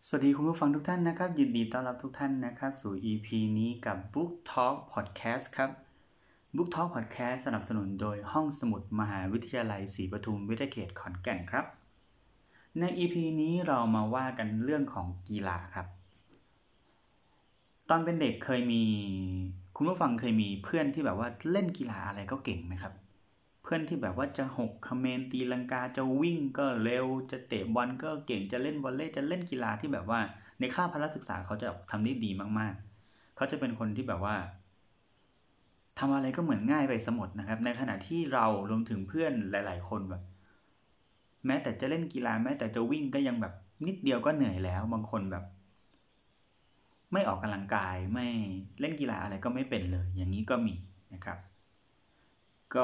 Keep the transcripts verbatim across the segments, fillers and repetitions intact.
สวัสดีคุณผู้ฟังทุกท่านนะครับยินดีต้อนรับทุกท่านนะครับสู่ อี พี นี้กับ Book Talk Podcast ครับ Book Talk Podcast สนับสนุนโดยห้องสมุดมหาวิทยาลัยศรีปทุมวิทยาเขตขอนแก่นครับใน อี พี นี้เรามาว่ากันเรื่องของกีฬาครับตอนเป็นเด็กเคยมีคุณผู้ฟังเคยมีเพื่อนที่แบบว่าเล่นกีฬาอะไรก็เก่งไหมครับเพื่อนที่แบบว่าจะหกเขมรตีลังกาจะวิ่งก็เร็วจะเตะบอลก็เก่งจะเล่นวอลเลย์จะเล่นกีฬาที่แบบว่าในคาบพละศึกษาเขาจะทำได้ดีมากๆเขาจะเป็นคนที่แบบว่าทำอะไรก็เหมือนง่ายไปซะหมดนะครับในขณะที่เรารวมถึงเพื่อนหลายๆคนแบบแม้แต่จะเล่นกีฬาแม้แต่จะวิ่งก็ยังแบบนิดเดียวก็เหนื่อยแล้วบางคนแบบไม่ออกกำลังกายไม่เล่นกีฬาอะไรก็ไม่เป็นเลยอย่างนี้ก็มีนะครับก็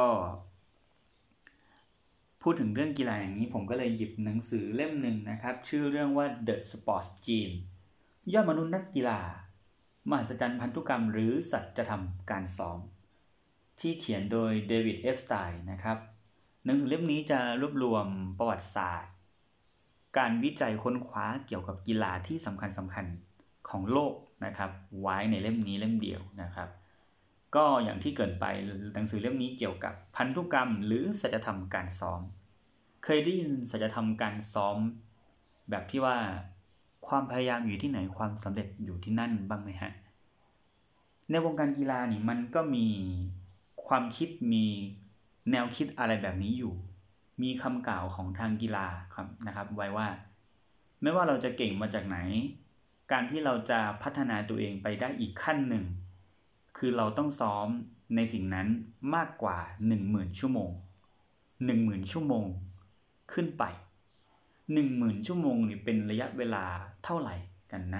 พูดถึงเรื่องกีฬาอย่างนี้ผมก็เลยหยิบหนังสือเล่มหนึ่งนะครับชื่อเรื่องว่า The Sports Gene ยอดมนุษย์นักกีฬามหัศจรรย์พันธุกรรมหรือสัจธรรมการซ้อมที่เขียนโดยเดวิด เอฟสไตน์นะครับหนังสือเล่มนี้จะรวบรวมประวัติศาสตร์การวิจัยค้นคว้าเกี่ยวกับกีฬาที่สำคัญสำคัญของโลกนะครับไว้ในเล่มนี้เล่มเดียวนะครับก็อย่างที่เกินไปหนังสือเล่มนี้เกี่ยวกับพันธุกรรมหรือสัจธรรมการซ้อมเคยได้ยินสัจธรรมการซ้อมแบบที่ว่าความพยายามอยู่ที่ไหนความสำเร็จอยู่ที่นั่นบ้างไหมฮะในวงการกีฬานี่มันก็มีความคิดมีแนวคิดอะไรแบบนี้อยู่มีคำกล่าวของทางกีฬาครับนะครับไว้ว่าไม่ว่าเราจะเก่งมาจากไหนการที่เราจะพัฒนาตัวเองไปได้อีกขั้นหนึ่งคือเราต้องซ้อมในสิ่งนั้นมากกว่า หนึ่งหมื่น ชั่วโมง หนึ่งหมื่น ชั่วโมงขึ้นไป หนึ่งหมื่น ชั่วโมงนี่เป็นระยะเวลาเท่าไหร่กันนะ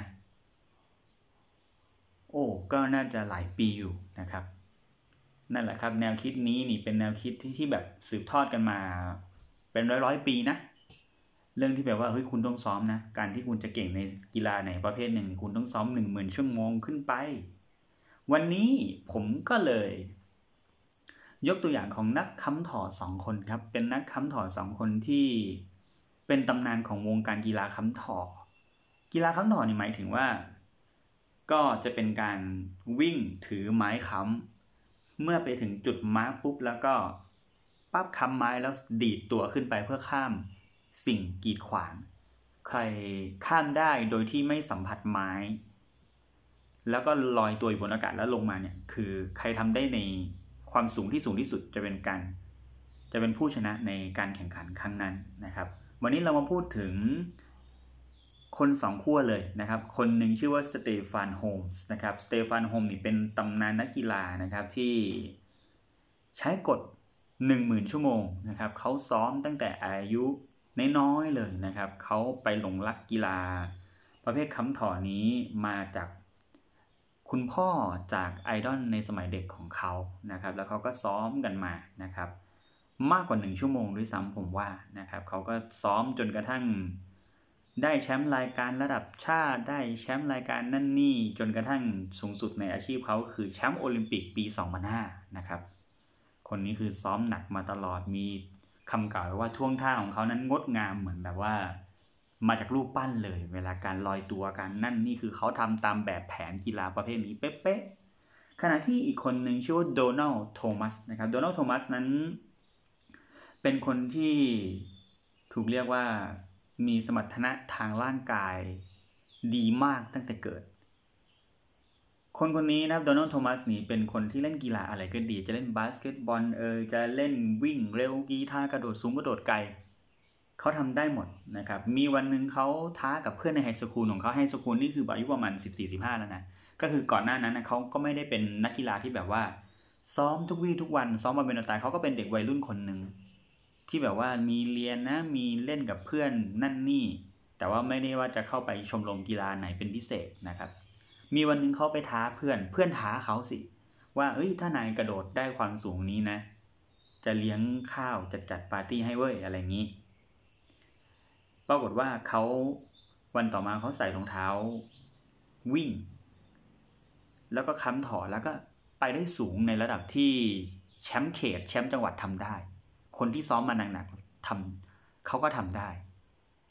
โอ้ก็น่าจะหลายปีอยู่นะครับนั่นแหละครับแนวคิดนี้นี่เป็นแนวคิดที่ที่แบบสืบทอดกันมาเป็นร้อยๆปีนะเรื่องที่แบบว่าเฮ้ยคุณต้องซ้อมนะการที่คุณจะเก่งในกีฬาไหนประเภทหนึ่งคุณต้องซ้อม หนึ่งหมื่น ชั่วโมงขึ้นไปวันนี้ผมก็เลยยกตัวอย่างของนักค้ำถอสองคนครับเป็นนักค้ำถอสองคนที่เป็นตำนานของวงการกีฬาค้ำถอกีฬาค้ำถอนี่หมายถึงว่าก็จะเป็นการวิ่งถือไม้ค้ำเมื่อไปถึงจุดมาร์คปุ๊บแล้วก็ปั๊บค้ำไม้แล้วดีดตัวขึ้นไปเพื่อข้ามสิ่งกีดขวางใครข้ามได้โดยที่ไม่สัมผัสไม้แล้วก็ลอยตัวอยู่บนอากาศแล้วลงมาเนี่ยคือใครทำได้ในความสูงที่สูงที่สุดจะเป็นการจะเป็นผู้ชนะในการแข่งขันครั้งนั้นนะครับวันนี้เรามาพูดถึงคนสองขั้วเลยนะครับคนหนึ่งชื่อว่าสเตฟานโฮมส์นะครับสเตฟานโฮมส์นี่เป็นตำนานนักกีฬานะครับที่ใช้กฎ หนึ่งหมื่น ชั่วโมงนะครับเขาซ้อมตั้งแต่อายุน้อยๆเลยนะครับเขาไปหลงรักกีฬาประเภทค้ำถอนี้มาจากคุณพ่อจากไอดอลในสมัยเด็กของเขานะครับแล้วเขาก็ซ้อมกันมานะครับมากกว่าหนึ่งชั่วโมงด้วยซ้ำผมว่านะครับเขาก็ซ้อมจนกระทั่งได้แชมป์รายการระดับชาติได้แชมป์รายการนั่นนี่จนกระทั่งสูงสุดในอาชีพเขาคือแชมป์โอลิมปิกปีสองพันห้านะครับคนนี้คือซ้อมหนักมาตลอดมีคำกล่าวว่าท่วงท่าของเขานั้นงดงามเหมือนแบบว่ามาจากรูปปั้นเลยเวลาการลอยตัวกันนั่นนี่คือเขาทำตามแบบแผนกีฬาประเภทนี้เป๊ะๆขณะที่อีกคนหนึ่งชื่อว่าโดนัลด์โทมัสนะครับโดนัลด์โทมัสนั้นเป็นคนที่ถูกเรียกว่ามีสมรรถนะทางร่างกายดีมากตั้งแต่เกิดคนคนนี้นะโดนัลด์โทมัสนี่เป็นคนที่เล่นกีฬาอะไรก็ดีจะเล่นบาสเกตบอลเออจะเล่นวิ่งเร็วกีฬากระโดดสูงกระโดดไกลเขาทำได้หมดนะครับมีวันหนึ่งเขาท้ากับเพื่อนในไฮสคูลของเขาไฮสคูลนี่คืออายุประมาณ สิบสี่ สิบห้า แล้วนะก็คือก่อนหน้านั้นนะเขาก็ไม่ได้เป็นนักกีฬาที่แบบว่าซ้อมทุกวี่ทุกวันซ้อมมาเป็นตายเขาก็เป็นเด็กวัยรุ่นคนหนึ่งที่แบบว่ามีเรียนนะมีเล่นกับเพื่อนนั่นนี่แต่ว่าไม่ได้ว่าจะเข้าไปชมรมกีฬาไหนเป็นพิเศษนะครับมีวันหนึ่งเขาไปท้าเพื่อนเพื่อนท้าเขาสิว่าเอ้ยถ้านายกระโดดได้ความสูงนี้นะจะเลี้ยงข้าวจัดจัดปาร์ตี้ให้เว้ยอะไรอย่างนี้ปรากฏว่าเขาวันต่อมาเขาใส่รองเท้าวิ่งแล้วก็ค้ำถอแล้วก็ไปได้สูงในระดับที่แชมป์เขตแชมป์จังหวัดทำได้คนที่ซ้อมมาหนักๆทำเขาก็ทำได้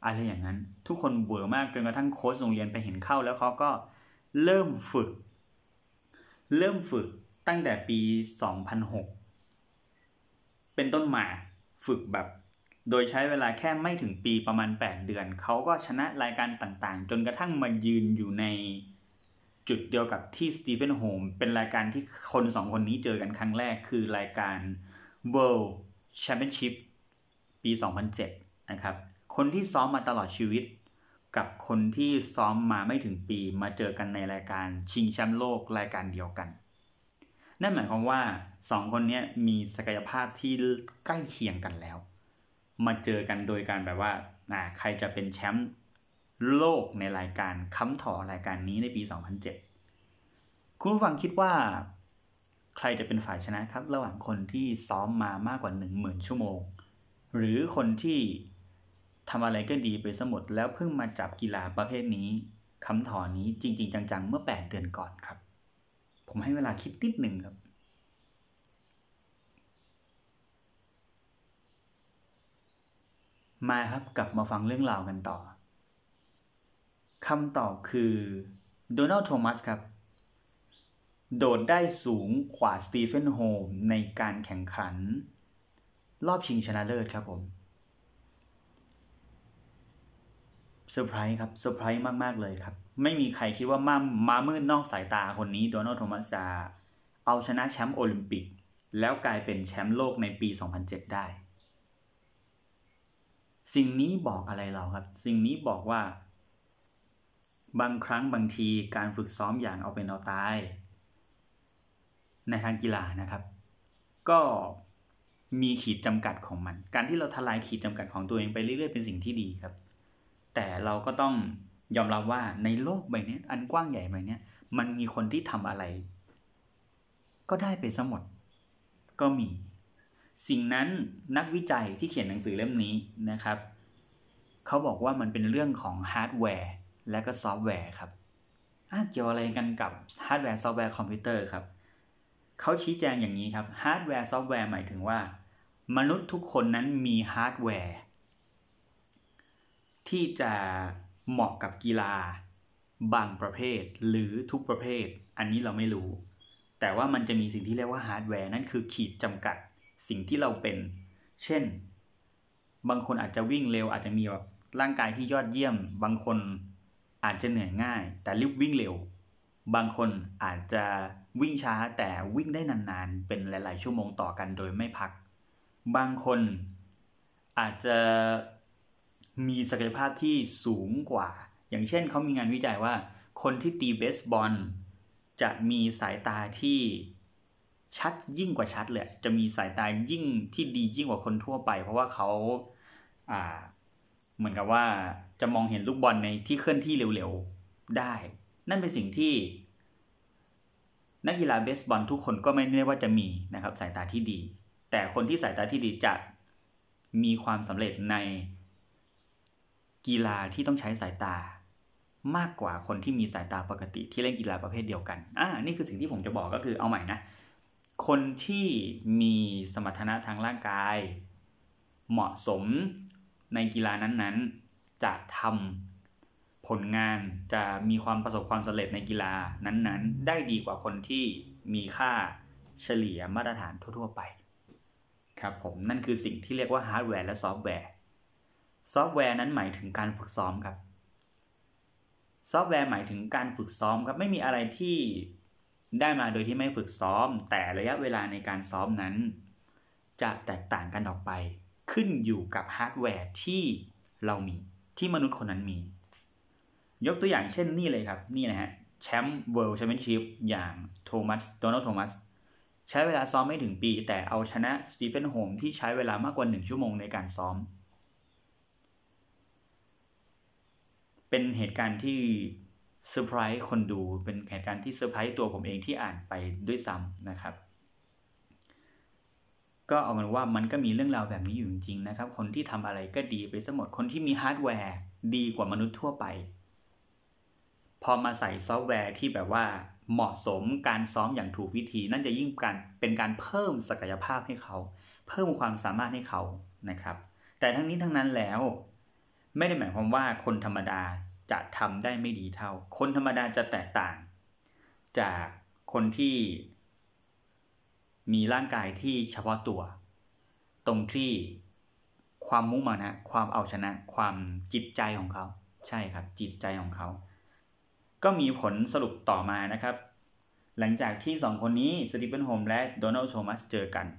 อะไรอย่างนั้นทุกคนเวอร์มากจนกระทั่งโค้ชโรงเรียนไปเห็นเข้าแล้วเขาก็เริ่มฝึกเริ่มฝึกตั้งแต่ปีสองพันหกเป็นต้นมาฝึกแบบโดยใช้เวลาแค่ไม่ถึงปีประมาณแปดเดือนเขาก็ชนะรายการต่างๆจนกระทั่งมายืนอยู่ในจุดเดียวกับที่สตีเฟนโฮมเป็นรายการที่คนสองคนนี้เจอกันครั้งแรกคือรายการ World Championship ปีสองพันเจ็ดนะครับคนที่ซ้อมมาตลอดชีวิตกับคนที่ซ้อมมาไม่ถึงปีมาเจอกันในรายการชิงแชมป์โลกรายการเดียวกันนั่นหมายความว่าสองคนนี้มีศักยภาพที่ใกล้เคียงกันแล้วมาเจอกันโดยการแบบว่าใครจะเป็นแชมป์โลกในรายการค้ำถอรายการนี้ในปีสองพันเจ็ดคุณผู้ฟังคิดว่าใครจะเป็นฝ่ายชนะครับระหว่างคนที่ซ้อมมามากกว่า หนึ่งหมื่น ชั่วโมงหรือคนที่ทำอะไรก็ดีไปซะหมดแล้วเพิ่งมาจับกีฬาประเภทนี้ค้ำถอนี้จริงๆจังๆเมื่อแปดเดือนก่อนครับผมให้เวลาคิดนิดหนึ่งครับมาครับกลับมาฟังเรื่องราวกันต่อคำตอบคือโดนัลด์โทมัสครับโดดได้สูงกว่าสตีเฟนโฮมในการแข่งขันรอบชิงชนะเลิศครับผมเซอร์ไพรส์ครับเซอร์ไพรส์มากๆเลยครับไม่มีใครคิดว่ามามามืดนอกสายตาคนนี้โดนัลด์โทมัสจะเอาชนะแชมป์โอลิมปิกแล้วกลายเป็นแชมป์โลกในปีสองพันเจ็ดได้สิ่งนี้บอกอะไรเราครับสิ่งนี้บอกว่าบางครั้งบางทีการฝึกซ้อมอย่างเอาเป็นเอาตายในทางกีฬานะครับก็มีขีดจำกัดของมันการที่เราทลายขีดจำกัดของตัวเองไปเรื่อยๆเป็นสิ่งที่ดีครับแต่เราก็ต้องยอมรับว่าในโลกใบนี้อันกว้างใหญ่ใบนี้มันมีคนที่ทำอะไรก็ได้ไปซะหมดก็มีสิ่งนั้นนักวิจัยที่เขียนหนังสือเล่มนี้นะครับเขาบอกว่ามันเป็นเรื่องของฮาร์ดแวร์และก็ซอฟต์แวร์ครับเกี่ยวอะไรกันกับฮาร์ดแวร์ซอฟต์แวร์คอมพิวเตอร์ครับเขาชี้แจงอย่างนี้ครับฮาร์ดแวร์ซอฟต์แวร์หมายถึงว่ามนุษย์ทุกคนนั้นมีฮาร์ดแวร์ที่จะเหมาะกับกีฬาบางประเภทหรือทุกประเภทอันนี้เราไม่รู้แต่ว่ามันจะมีสิ่งที่เรียกว่าฮาร์ดแวร์นั่นคือขีดจำกัดสิ่งที่เราเป็นเช่นบางคนอาจจะวิ่งเร็วอาจจะมีแบบร่างกายที่ยอดเยี่ยมบางคนอาจจะเหนื่อยง่ายแต่รีบวิ่งเร็วบางคนอาจจะวิ่งช้าแต่วิ่งได้นานๆเป็นหลายๆชั่วโมงต่อกันโดยไม่พักบางคนอาจจะมีศักยภาพที่สูงกว่าอย่างเช่นเขามีงานวิจัยว่าคนที่ตีเบสบอลจะมีสายตาที่ชัดยิ่งกว่าชัดเลยจะมีสายตายิ่งที่ดียิ่งกว่าคนทั่วไปเพราะว่าเขาอ่าเหมือนกับว่าจะมองเห็นลูกบอลในที่เคลื่อนที่เร็วๆได้นั่นเป็นสิ่งที่นักกีฬาเบสบอลทุกคนก็ไม่ได้ว่าจะมีนะครับสายตาที่ดีแต่คนที่สายตาที่ดีจะมีความสำเร็จในกีฬาที่ต้องใช้สายตามากกว่าคนที่มีสายตาปกติที่เล่นกีฬาประเภทเดียวกันอ่านี่คือสิ่งที่ผมจะบอกก็คือเอาใหม่นะคนที่มีสมรรถนะทางร่างกายเหมาะสมในกีฬานั้นๆจะทำผลงานจะมีความประสบความสำเร็จในกีฬานั้นๆได้ดีกว่าคนที่มีค่าเฉลี่ยมาตรฐานทั่วๆไปครับผมนั่นคือสิ่งที่เรียกว่าฮาร์ดแวร์และซอฟต์แวร์ซอฟต์แวร์นั้นหมายถึงการฝึกซ้อมครับซอฟต์แวร์หมายถึงการฝึกซ้อมครับไม่มีอะไรที่ได้มาโดยที่ไม่ฝึกซ้อมแต่ระยะเวลาในการซ้อมนั้นจะแตกต่างกันออกไปขึ้นอยู่กับฮาร์ดแวร์ที่เรามีที่มนุษย์คนนั้นมียกตัวอย่างเช่นนี่เลยครับนี่นะฮะแชมป์เวิลด์แชมเปี้ยนชิพอย่างโทมัสโดนัลด์โทมัสใช้เวลาซ้อมไม่ถึงปีแต่เอาชนะสตีเฟนโฮมที่ใช้เวลามากกว่าหนึ่งชั่วโมงในการซ้อมเป็นเหตุการณ์ที่เซอร์ไพรส์คนดูเป็นเหตุการณ์ที่เซอร์ไพรส์ตัวผมเองที่อ่านไปด้วยซ้ำนะครับก็เอาเป็นว่ามันก็มีเรื่องราวแบบนี้อยู่จริงๆนะครับคนที่ทำอะไรก็ดีไปซะหมดคนที่มีฮาร์ดแวร์ดีกว่ามนุษย์ทั่วไปพอมาใส่ซอฟต์แวร์ที่แบบว่าเหมาะสมการซ้อมอย่างถูกวิธีนั่นจะยิ่งการเป็นการเพิ่มศักยภาพให้เขาเพิ่มความสามารถให้เขานะครับแต่ทั้งนี้ทั้งนั้นแล้วไม่ได้หมายความว่าคนธรรมดาจะทำได้ไม่ดีเท่าคนธรรมดาจะแตกต่างจากคนที่มีร่างกายที่เฉพาะตัวตรงที่ความมุ่งมั่นนะความเอาชนะความจิตใจของเขาใช่ครับจิตใจของเขาก็มีผลสรุปต่อมานะครับหลังจากที่สองคนนี้สตีเฟนโฮมและโดนัลด์โทมัสเจอกัน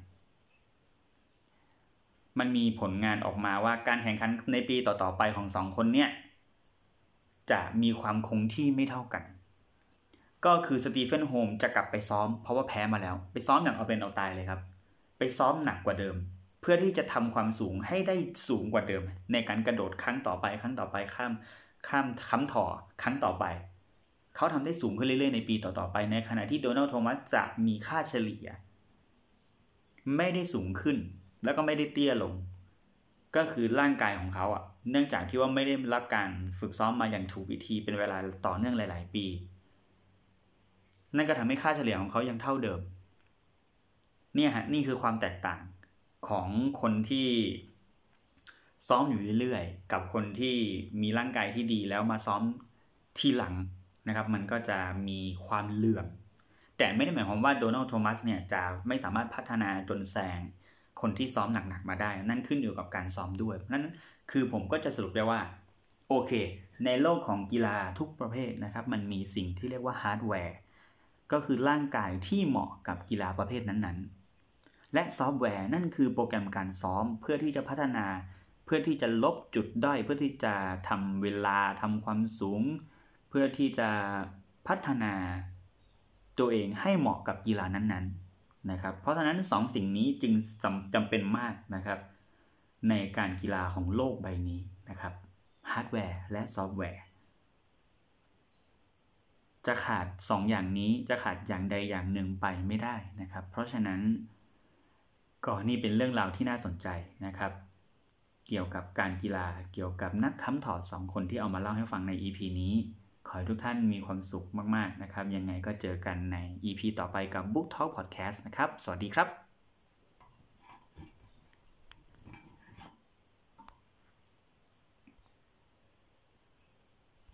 มันมีผลงานออกมาว่าการแข่งขันในปีต่อๆไปของสองคนเนี้ยจะมีความคงที่ไม่เท่ากันก็คือสตีเฟนโฮมจะกลับไปซ้อมเพราะว่าแพ้มาแล้วไปซ้อมอย่างเอาเป็นเอาตายเลยครับไปซ้อมหนักกว่าเดิมเพื่อที่จะทำความสูงให้ได้สูงกว่าเดิมในการกระโดดครั้งต่อไปครั้งต่อไปข้ามข้ามค้ำถ่อครั้งต่อไปเขาทำได้สูงขึ้นเรื่อยๆในปีต่อๆไปในขณะที่โดนัลด์โทมัสจะมีค่าเฉลี่ยไม่ได้สูงขึ้นแล้วก็ไม่ได้เตี้ยลงก็คือร่างกายของเขาอ่ะเนื่องจากที่ว่าไม่ได้รับการฝึกซ้อมมาอย่างถูกวิธีเป็นเวลาต่อเนื่องหลายๆปีนั่นก็ทำให้ค่าเฉลี่ยของเขายังเท่าเดิมเนี่ยฮะนี่คือความแตกต่างของคนที่ซ้อมอยู่เรื่อยๆกับคนที่มีร่างกายที่ดีแล้วมาซ้อมทีหลังนะครับมันก็จะมีความเหลื่อมแต่ไม่ได้หมายความว่าโดนัลด์โทมัสเนี่ยจะไม่สามารถพัฒนาจนแซงคนที่ซ้อมหนักๆมาได้นั่นขึ้นอยู่กับการซ้อมด้วยนั่นคือผมก็จะสรุปได้ว่าโอเคในโลกของกีฬาทุกประเภทนะครับมันมีสิ่งที่เรียกว่าฮาร์ดแวร์ก็คือร่างกายที่เหมาะกับกีฬาประเภทนั้นๆและซอฟต์แวร์นั่นคือโปรแกรมการซ้อมเพื่อที่จะพัฒนาเพื่อที่จะลบจุดด้อยเพื่อที่จะทำเวลาทำความสูงเพื่อที่จะพัฒนาตัวเองให้เหมาะกับกีฬานั้นๆนะครับเพราะฉะนั้นสองสิ่งนี้จึงจำเป็นมากนะครับในการกีฬาของโลกใบนี้นะครับฮาร์ดแวร์และซอฟต์แวร์จะขาดสองอย่างนี้จะขาดอย่างใดอย่างหนึ่งไปไม่ได้นะครับเพราะฉะนั้นก็นี่เป็นเรื่องราวที่น่าสนใจนะครับเกี่ยวกับการกีฬาเกี่ยวกับนักค้ำถอดสองคนที่เอามาเล่าให้ฟังใน อี พี นี้ขอให้ทุกท่านมีความสุขมากๆนะครับยังไงก็เจอกันใน อี พี ต่อไปกับ Book Talk Podcast นะครับสวัสดีครับ